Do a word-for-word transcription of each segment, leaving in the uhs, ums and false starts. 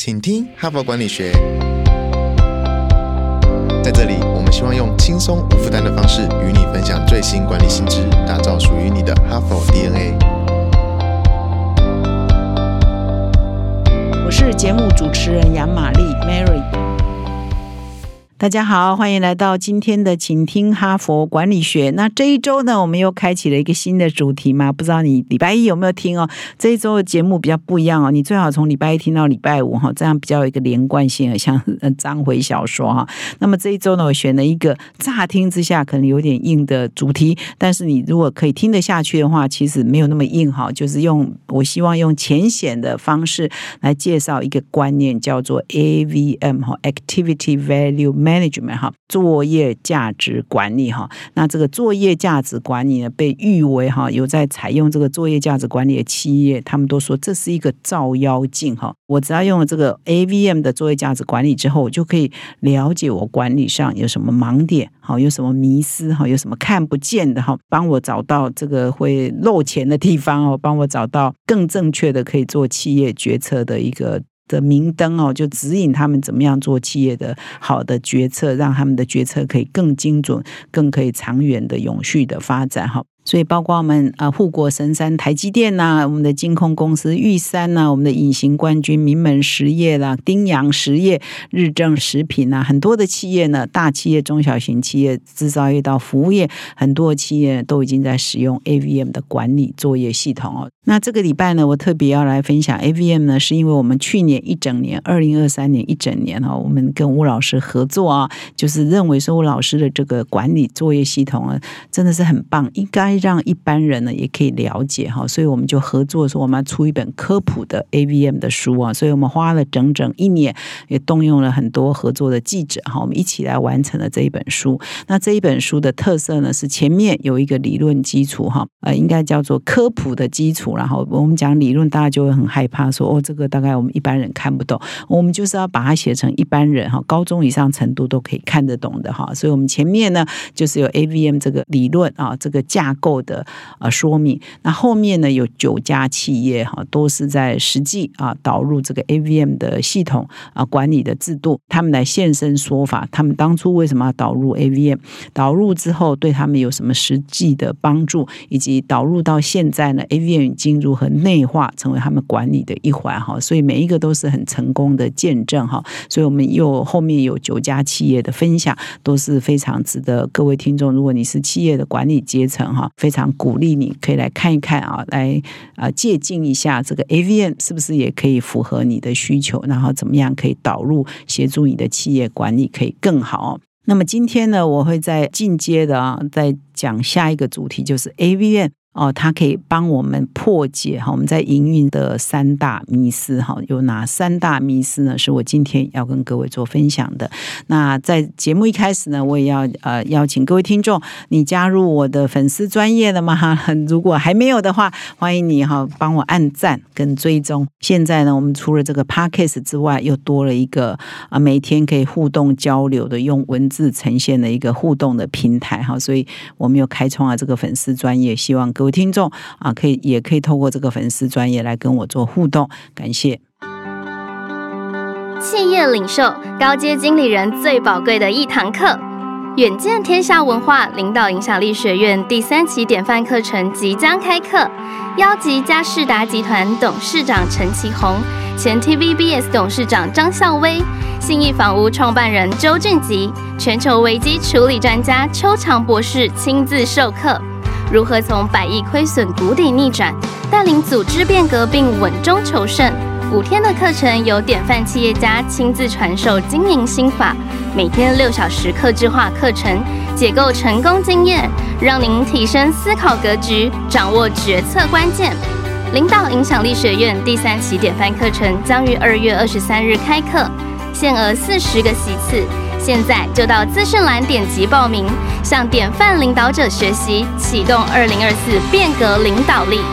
请听哈佛管理学。在这里，我们希望用轻松无负担的方式与你分享最新管理新知，打造属于你的哈佛 D N A。 我是节目主持人杨玛丽 Mary。大家好，欢迎来到今天的请听哈佛管理学。那这一周呢，我们又开启了一个新的主题嘛，不知道你礼拜一有没有听哦？这一周的节目比较不一样哦，你最好从礼拜一听到礼拜五哈，这样比较有一个连贯性，像章回小说哈。那么这一周呢，我选了一个乍听之下可能有点硬的主题，但是你如果可以听得下去的话，其实没有那么硬哈，就是用我希望用浅显的方式来介绍一个观念，叫做 A V M 哈 ，Activity Value Management。Management 哈，作业价值管理哈，那这个作业价值管理呢，被誉为哈有在采用这个作业价值管理的企业，他们都说这是一个照妖镜哈。我只要用了这个 A V M 的作业价值管理之后，我就可以了解我管理上有什么盲点，好，有什么迷思哈，有什么看不见的哈，帮我找到这个会漏钱的地方哦，帮我找到更正确的可以做企业决策的一个。的明灯哦，就指引他们怎么样做企业的好的决策，让他们的决策可以更精准，更可以长远的永续的发展哈。所以包括我们啊护国神山台积电呐、啊，我们的金控公司玉山呐、啊，我们的隐形冠军名门实业啦、丁洋实业、日正食品呐、啊，很多的企业呢，大企业、中小型企业、制造业到服务业，很多的企业都已经在使用 A V M 的管理作业系统哦。那这个礼拜呢，我特别要来分享 A V M 呢，是因为我们去年一整年，二零二三年一整年哦，我们跟吴老师合作啊，就是认为说吴老师的这个管理作业系统啊，真的是很棒，应该让一般人呢也可以了解哈，所以我们就合作说我们要出一本科普的 A V M 的书啊，所以我们花了整整一年，也动用了很多合作的记者哈，我们一起来完成了这一本书。那这一本书的特色呢是前面有一个理论基础哈，呃，应该叫做科普的基础，然后我们讲理论，大家就会很害怕说哦，这个大概我们一般人看不懂，我们就是要把它写成一般人哈，高中以上程度都可以看得懂的哈，所以我们前面呢就是有 A V M 这个理论啊，这个架构的呃说明，那后面呢有九家企业哈，都是在实际啊导入这个 A V M 的系统啊管理的制度，他们来现身说法，他们当初为什么要导入 A V M， 导入之后对他们有什么实际的帮助，以及导入到现在呢 A V M 进入和内化成为他们管理的一环哈，所以每一个都是很成功的见证哈，所以我们又后面有九家企业的分享，都是非常值得各位听众，如果你是企业的管理阶层哈，非常鼓励你可以来看一看啊，来啊借鉴一下这个 A V M 是不是也可以符合你的需求，然后怎么样可以导入协助你的企业管理可以更好。那么今天呢，我会再进阶的啊，再讲下一个主题，就是 A V M。哦，它可以帮我们破解哈我们在营运的三大迷思哈，有哪三大迷思呢？是我今天要跟各位做分享的。那在节目一开始呢，我也要呃邀请各位听众，你加入我的粉丝专页了吗？哈，如果还没有的话，欢迎你哈帮我按赞跟追踪。现在呢，我们除了这个 Podcast 之外，又多了一个啊每天可以互动交流的，用文字呈现的一个互动的平台哈，所以我们又开创了这个粉丝专页，希望各位各位听众啊，可以也可以透过这个粉丝专页来跟我做互动，感谢。 企业领袖、高阶经理人最宝贵的一堂课，远见天下文化领导影响力学院第三期典范课程即将开课，邀集佳士达集团董事长陈其宏、前 T V B S 董事长张孝威、信义房屋创办人周俊吉、全球危机处理专家邱长博士亲自授课。如何从百亿亏损谷底逆转，带领组织变革并稳中求胜？五天的课程由典范企业家亲自传授经营心法，每天六小时客制化课程，解构成功经验，让您提升思考格局，掌握决策关键。领导影响力学院第三期典范课程将于二月二十三日开课，限额四十个席次。现在就到资讯栏点击报名，向典范领导者学习，启动二零二四变革领导力。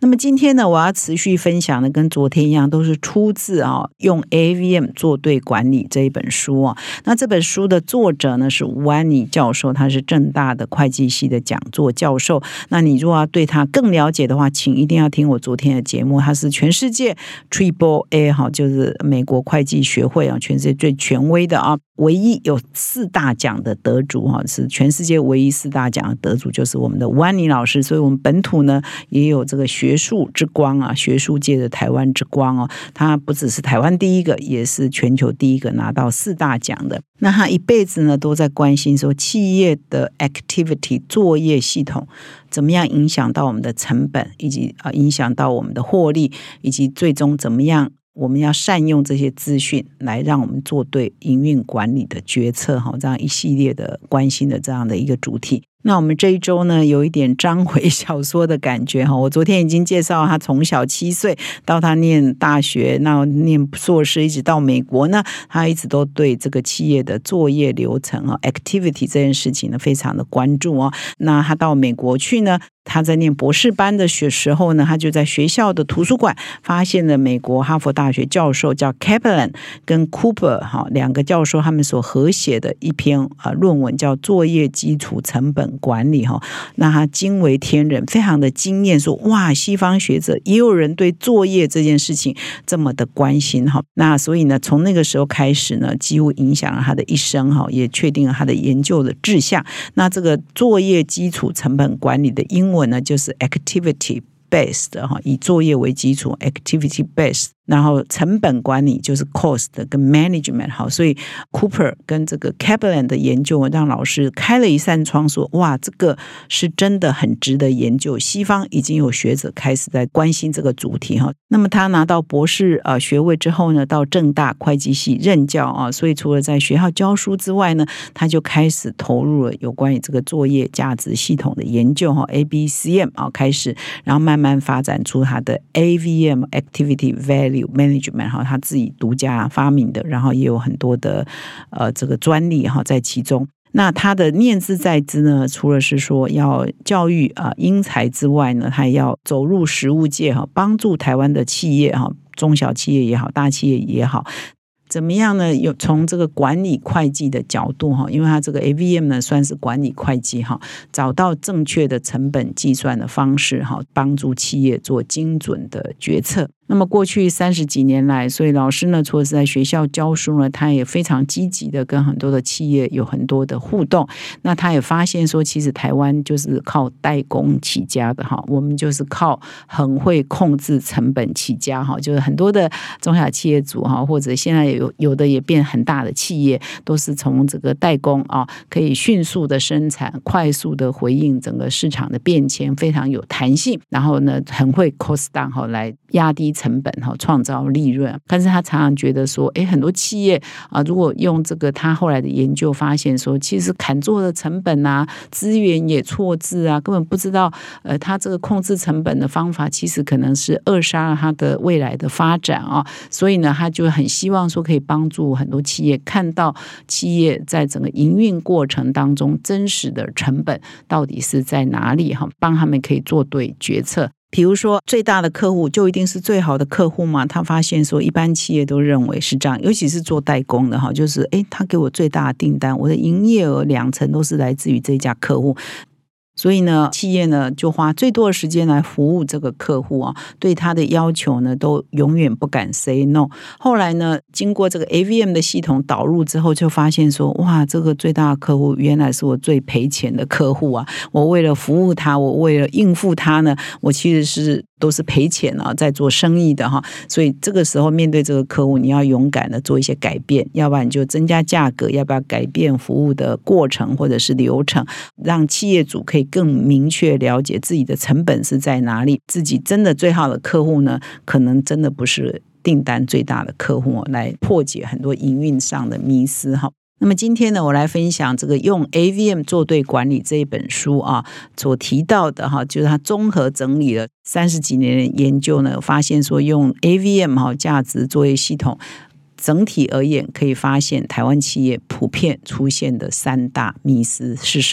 那么今天呢，我要持续分享的跟昨天一样，都是出自啊用 A V M 做对管理这一本书啊。那这本书的作者呢是吴安妮教授，他是政大的会计系的讲座教授。那你如果要对他更了解的话，请一定要听我昨天的节目，他是全世界 Triple A 哈，就是美国会计学会啊，全世界最权威的啊，唯一有四大奖的得主哈，是全世界唯一四大奖的得主，就是我们的吴安妮老师。所以我们本土呢也有这个学术之光啊，学术界的台湾之光哦。他不只是台湾第一个，也是全球第一个拿到四大奖的。那他一辈子呢都在关心说企业的 activity 作业系统怎么样影响到我们的成本，以及啊影响到我们的获利，以及最终怎么样我们要善用这些资讯来让我们做对营运管理的决策，这样一系列的关心的这样的一个主题。那我们这一周呢有一点章回小说的感觉，我昨天已经介绍他从小七岁到他念大学，那念硕士一直到美国呢，他一直都对这个企业的作业流程 activity 这件事情呢非常的关注哦。那他到美国去呢，他在念博士班的时候呢，他就在学校的图书馆发现了美国哈佛大学教授叫 Kaplan 跟 Cooper 两个教授他们所合写的一篇论文，叫作业基础成本管理。那他惊为天人，非常的惊艳，说哇，西方学者也有人对作业这件事情这么的关心。那所以呢，从那个时候开始呢，几乎影响了他的一生，也确定了他的研究的志向。那这个作业基础成本管理的英文呢就是 activity based， 以作业为基础 activity based， 然后成本管理就是 cost 跟 management。 好，所以 Cooper 跟这个 Kaplan 的研究让老师开了一扇窗，说哇，这个是真的很值得研究，西方已经有学者开始在关心这个主题。那么他拿到博士呃学位之后呢，到政大会计系任教啊，所以除了在学校教书之外呢，他就开始投入了有关于这个作业价值系统的研究 A B C M 啊开始，然后慢慢发展出他的 A V M Activity Value Management， 他自己独家发明的，然后也有很多的呃这个专利在其中。那他的念兹在兹呢，除了是说要教育啊英才之外呢，他也要走入实务界，帮助台湾的企业，中小企业也好，大企业也好，怎么样呢？有从这个管理会计的角度，因为它这个 A V M 呢算是管理会计，找到正确的成本计算的方式，帮助企业做精准的决策。那么过去三十几年来，所以老师呢除了是在学校教书呢，他也非常积极的跟很多的企业有很多的互动。那他也发现说，其实台湾就是靠代工起家的，我们就是靠很会控制成本起家，就是很多的中小企业主或者现在有有的也变很大的企业，都是从这个代工可以迅速的生产，快速的回应整个市场的变迁，非常有弹性，然后呢很会 cost down 来压低成本，创造利润。但是他常常觉得说，诶，很多企业啊，如果用这个他后来的研究发现说，其实砍做的成本啊，资源也错置啊，根本不知道呃，他这个控制成本的方法其实可能是扼杀了他的未来的发展啊。所以呢，他就很希望说可以帮助很多企业看到企业在整个营运过程当中真实的成本到底是在哪里，帮他们可以做对决策。比如说最大的客户就一定是最好的客户吗？他发现说一般企业都认为是这样，尤其是做代工的，就是诶他给我最大的订单，我的营业额两成都是来自于这家客户。所以呢，企业呢就花最多的时间来服务这个客户啊，对他的要求呢都永远不敢 say no。后来呢，经过这个 A V M 的系统导入之后，就发现说，哇，这个最大的客户原来是我最赔钱的客户啊！我为了服务他，我为了应付他呢，我其实是都是赔钱啊，在做生意的哈。所以这个时候面对这个客户，你要勇敢的做一些改变，要不然你就增加价格，要不要改变服务的过程或者是流程，让企业主可以更明确了解自己的成本是在哪里，自己真的最好的客户呢，可能真的不是订单最大的客户，来破解很多营运上的迷思哈。那么今天呢，我来分享这个用 A V M 做对管理这一本书啊，所提到的哈，就是它综合整理了三十几年的研究呢，发现说用 A V M 哈价值作业系统，整体而言可以发现台湾企业普遍出现的三大迷思是什么？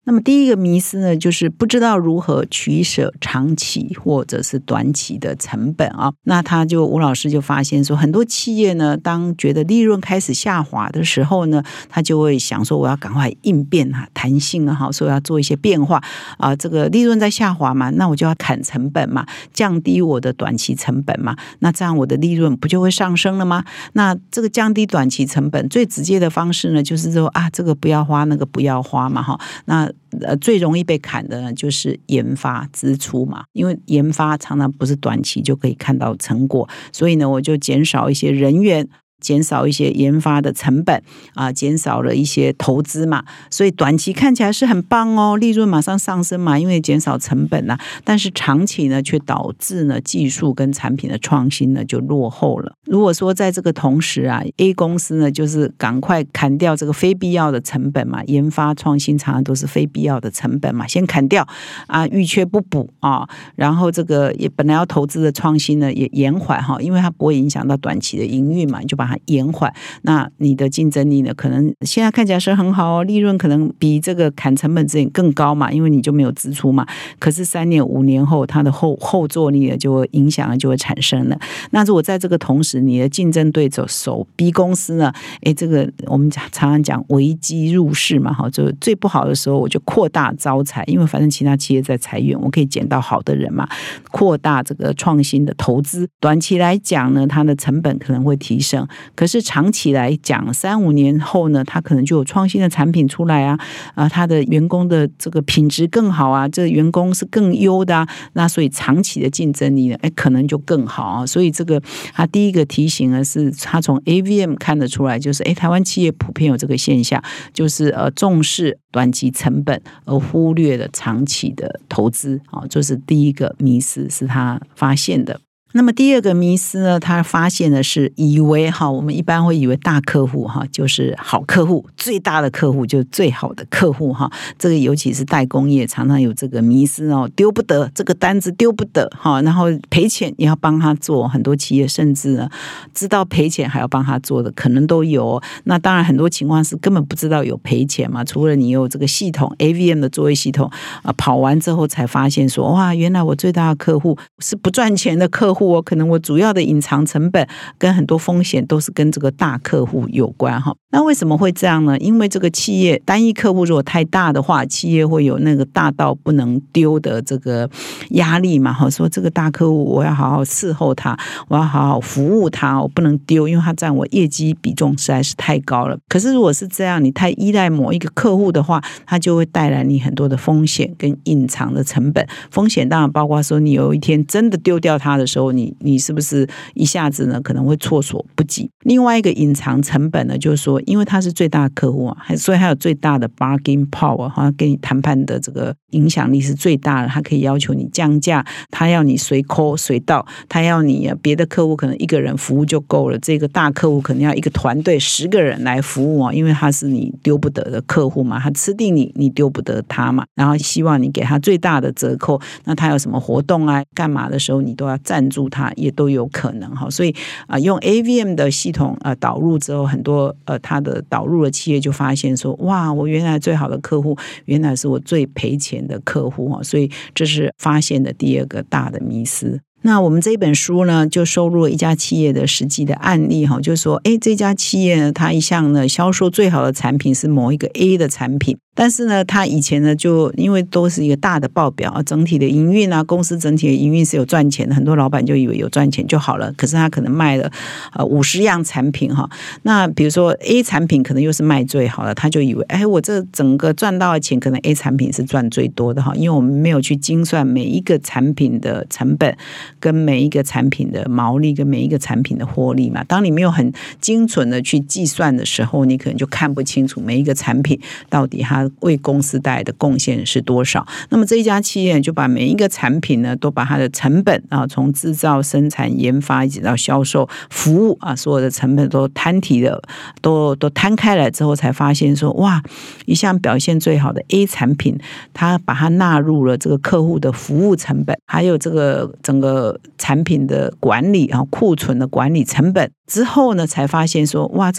那么第一个迷思呢，就是不知道如何取舍长期或者是短期的成本啊。那他就吴老师就发现说，很多企业呢，当觉得利润开始下滑的时候呢，他就会想说，我要赶快应变啊，弹性啊，所以要做一些变化啊。这个利润在下滑嘛，那我就要砍成本嘛，降低我的短期成本嘛，那这样我的利润不就会上升了吗？那这个降低短期成本最直接的方式呢，就是说啊，这个不要花，那个不要花嘛，哈，那。呃，最容易被砍的呢，就是研发支出嘛，因为研发常常不是短期就可以看到成果，所以呢，我就减少一些人员。减少一些研发的成本啊，减少了一些投资嘛，所以短期看起来是很棒哦，利润马上上升嘛，因为减少成本啊，但是长期呢，却导致呢技术跟产品的创新呢就落后了。如果说在这个同时啊 ，A 公司呢就是赶快砍掉这个非必要的成本嘛，研发创新常常都是非必要的成本嘛，先砍掉啊，预缺不补啊，然后这个也本来要投资的创新呢也延缓哈，因为它不会影响到短期的营运嘛，你就把它延缓，那你的竞争力呢？可能现在看起来是很好哦，利润可能比这个砍成本之前更高嘛，因为你就没有支出嘛。可是三年、五年后，它的后后坐力呢就会影响就会产生了。那如果在这个同时，你的竞争对手手 B 公司呢，哎，这个我们常常讲危机入市嘛，哈，就最不好的时候我就扩大招才，因为反正其他企业在裁员，我可以捡到好的人嘛，扩大这个创新的投资。短期来讲呢，它的成本可能会提升。可是长期来讲，三五年后呢，它可能就有创新的产品出来啊，啊，它的员工的这个品质更好啊，这员工是更优的啊，那所以长期的竞争力呢，哎，可能就更好啊。所以这个他第一个提醒呢，是他从 A V M 看得出来，就是哎，台湾企业普遍有这个现象，就是呃重视短期成本而忽略了长期的投资啊，这是第一个迷思，是他发现的。那么第二个迷思呢，他发现的是以为哈，我们一般会以为大客户哈就是好客户，最大的客户就是最好的客户哈。这个尤其是代工业常常有这个迷思哦，丢不得这个单子丢不得哈，然后赔钱也要帮他做，很多企业甚至呢知道赔钱还要帮他做的可能都有。那当然很多情况是根本不知道有赔钱嘛，除了你有这个系统 A V M 的作业系统啊，跑完之后才发现说哇，原来我最大的客户是不赚钱的客户。我可能我主要的隐藏成本跟很多风险都是跟这个大客户有关哈。那为什么会这样呢？因为这个企业单一客户如果太大的话，企业会有那个大到不能丢的这个压力嘛哈。说这个大客户我要好好伺候他，我要好好服务他，我不能丢，因为他占我业绩比重实在是太高了。可是如果是这样，你太依赖某一个客户的话，它就会带来你很多的风险跟隐藏的成本。风险当然包括说你有一天真的丢掉它的时候，你你是不是一下子呢可能会措手不及。另外一个隐藏成本呢，就是说因为他是最大的客户啊，所以他有最大的 bargain power， 他跟你谈判的这个影响力是最大的，他可以要求你降价，他要你随扣随到，他要你别的客户可能一个人服务就够了，这个大客户可能要一个团队十个人来服务啊，因为他是你丢不得的客户嘛，他吃定你，你丢不得他嘛，然后希望你给他最大的折扣，那他有什么活动啊干嘛的时候你都要赞助他，也都有可能哈。所以啊、呃，用 A V M 的系统呃导入之后，很多呃他的导入的企业就发现说，哇，我原来最好的客户原来是我最赔钱的客户哈，所以这是发现的第二个大的迷思。那我们这本书呢，就收录了一家企业的实际的案例哈，就是说，哎，这家企业呢，它一向呢销售最好的产品是某一个 A 的产品。但是呢，他以前呢，就因为都是一个大的报表啊，整体的营运啊，公司整体的营运是有赚钱的，很多老板就以为有赚钱就好了。可是他可能卖了呃五十样产品哈，那比如说 A 产品可能又是卖最好的，他就以为哎，我这整个赚到的钱可能 A 产品是赚最多的哈，因为我们没有去精算每一个产品的成本跟每一个产品的毛利跟每一个产品的获利嘛。当你没有很精准的去计算的时候，你可能就看不清楚每一个产品到底它为公司带来的贡献是多少。那么这一家企业就把每一个产品呢，都把它的成本啊，从制造、生产、研发一直到销售、服务啊，所有的成本都摊提了，都都摊开来之后，才发现说，哇，一项表现最好的 A 产品，它把它纳入了这个客户的服务成本，还有这个整个产品的管理啊、库存的管理成本之后呢，才发现说，哇，这个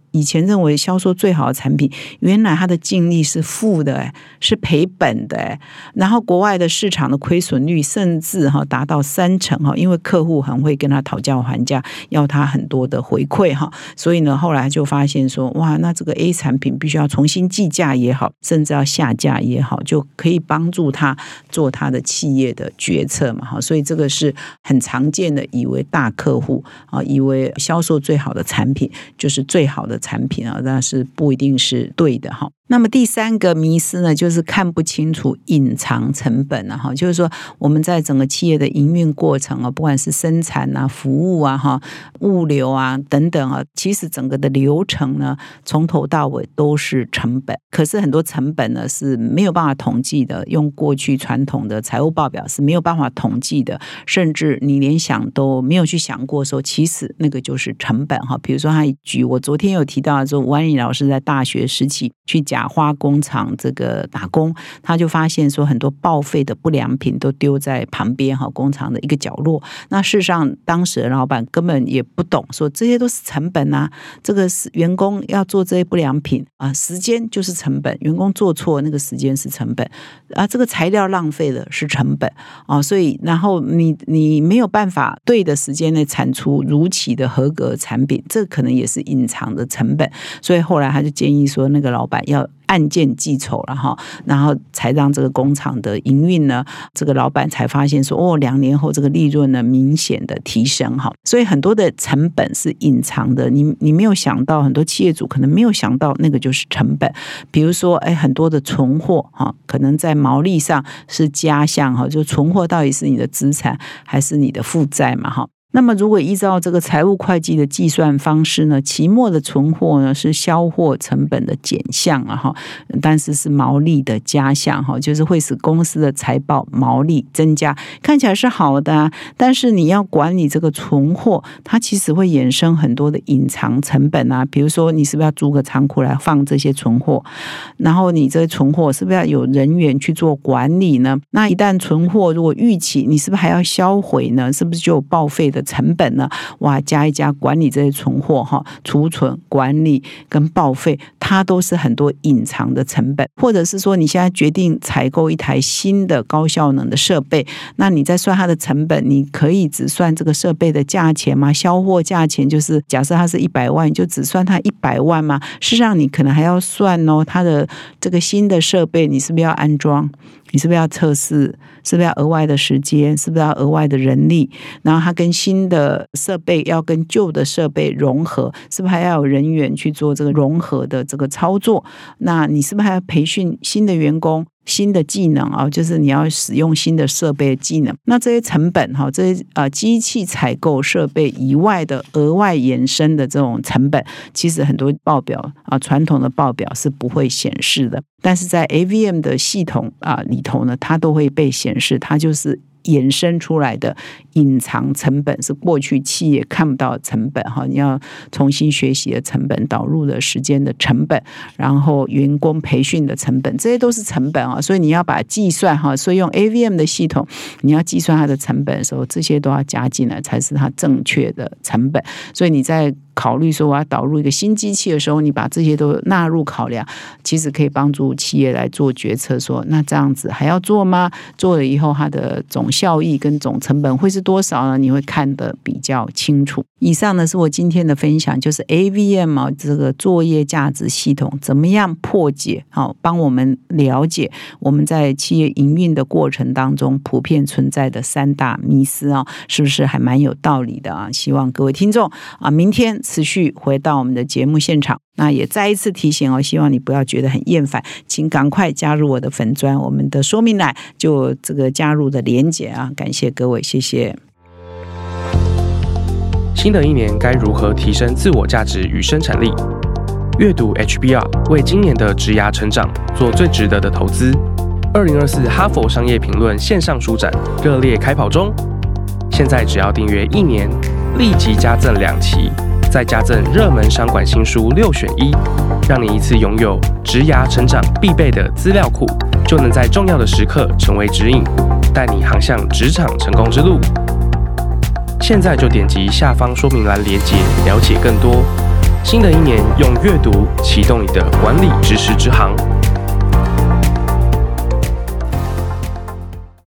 以前认为销售最好的产品，原来它的净利是负的，哎，是赔本的，哎，然后国外的市场的亏损率甚至哈达到三成哈，因为客户很会跟他讨价还价，要他很多的回馈哈，所以呢，后来就发现说，哇，那这个 A 产品必须要重新计价也好，甚至要下架也好，就可以帮助他做他的企业的决策嘛哈，所以这个是很常见的，以为大客户啊，以为销售最好的产品就是最好的产品啊，但是不一定是对的哈。那么第三个迷思呢，就是看不清楚隐藏成本啊，就是说我们在整个企业的营运过程啊，不管是生产啊、服务啊、哈、物流啊等等啊，其实整个的流程呢，从头到尾都是成本。可是很多成本呢是没有办法统计的，用过去传统的财务报表是没有办法统计的，甚至你连想都没有去想过说，其实那个就是成本哈。比如说他举我昨天有提到说，吴安妮老师在大学时期去讲假花工厂这个打工，他就发现说很多报废的不良品都丢在旁边哈工厂的一个角落。那事实上当时的老板根本也不懂，说这些都是成本啊，这个员工要做这些不良品啊，时间就是成本，员工做错那个时间是成本啊，这个材料浪费了是成本啊，所以然后你你没有办法对的时间内产出如期的合格产品，这可能也是隐藏的成本。所以后来他就建议说，那个老板要按件计酬了哈，然后才让这个工厂的营运呢，这个老板才发现说，哦，两年后这个利润呢明显的提升哈。所以很多的成本是隐藏的，你你没有想到，很多企业主可能没有想到那个就是成本。比如说，哎，很多的存货哈，可能在毛利上是加项哈，就存货到底是你的资产还是你的负债嘛哈。那么如果依照这个财务会计的计算方式呢，期末的存货呢是销货成本的减项啊哈，但是是毛利的加项哈，就是会使公司的财报毛利增加，看起来是好的啊，但是你要管理这个存货，它其实会衍生很多的隐藏成本啊，比如说你是不是要租个仓库来放这些存货，然后你这些存货是不是要有人员去做管理呢？那一旦存货如果逾期，你是不是还要销毁呢？是不是就有报废的成本呢？哇，加一加管理这些存货哈，储存管理跟报废，它都是很多隐藏的成本。或者是说你现在决定采购一台新的高效能的设备，那你在算它的成本，你可以只算这个设备的价钱吗？销货价钱就是假设它是一百万，你就只算它一百万吗？事实上你可能还要算哦，它的这个新的设备你是不是要安装？你是不是要测试？是不是要额外的时间？是不是要额外的人力？然后它跟新的设备要跟旧的设备融合，是不是还要有人员去做这个融合的这个操作？那你是不是还要培训新的员工？新的技能啊，就是你要使用新的设备的技能。那这些成本哈，这些呃机器采购设备以外的额外衍生的这种成本，其实很多报表啊，传统的报表是不会显示的，但是在 A V M 的系统啊里头呢，它都会被显示，它就是衍生出来的隐藏成本，是过去企业看不到的成本哈，你要重新学习的成本，导入的时间的成本，然后员工培训的成本，这些都是成本啊，所以你要把计算哈，所以用 A V M 的系统，你要计算它的成本的时候，这些都要加进来，才是它正确的成本。所以你在考虑说我要导入一个新机器的时候，你把这些都纳入考量，其实可以帮助企业来做决策说，那这样子还要做吗？做了以后它的总效益跟总成本会是多少呢？你会看得比较清楚。以上呢是我今天的分享，就是 A V M 这个作业价值系统怎么样破解，好帮我们了解我们在企业营运的过程当中普遍存在的三大迷思啊，是不是还蛮有道理的啊？希望各位听众啊，明天持续回到我们的节目现场。那也再一次提醒哦，希望你不要觉得很厌烦，请赶快加入我的粉专，我们的说明栏就这个加入的连结啊，感谢各位，谢谢。 新的一年该如何提升自我价值与生产力？阅读 H B R 为今年的职涯成长做最值得的投资。二零二四哈佛商业评论线上书展热烈开跑中，现在只要订阅一年，立即加赠两期，再加赠热门商管新书六选一，让你一次拥有职涯成长必备的资料库，就能在重要的时刻成为指引，带你航向职场成功之路。现在就点击下方说明栏连结，了解更多。 新的一年，用阅读启动你的管理知识之航。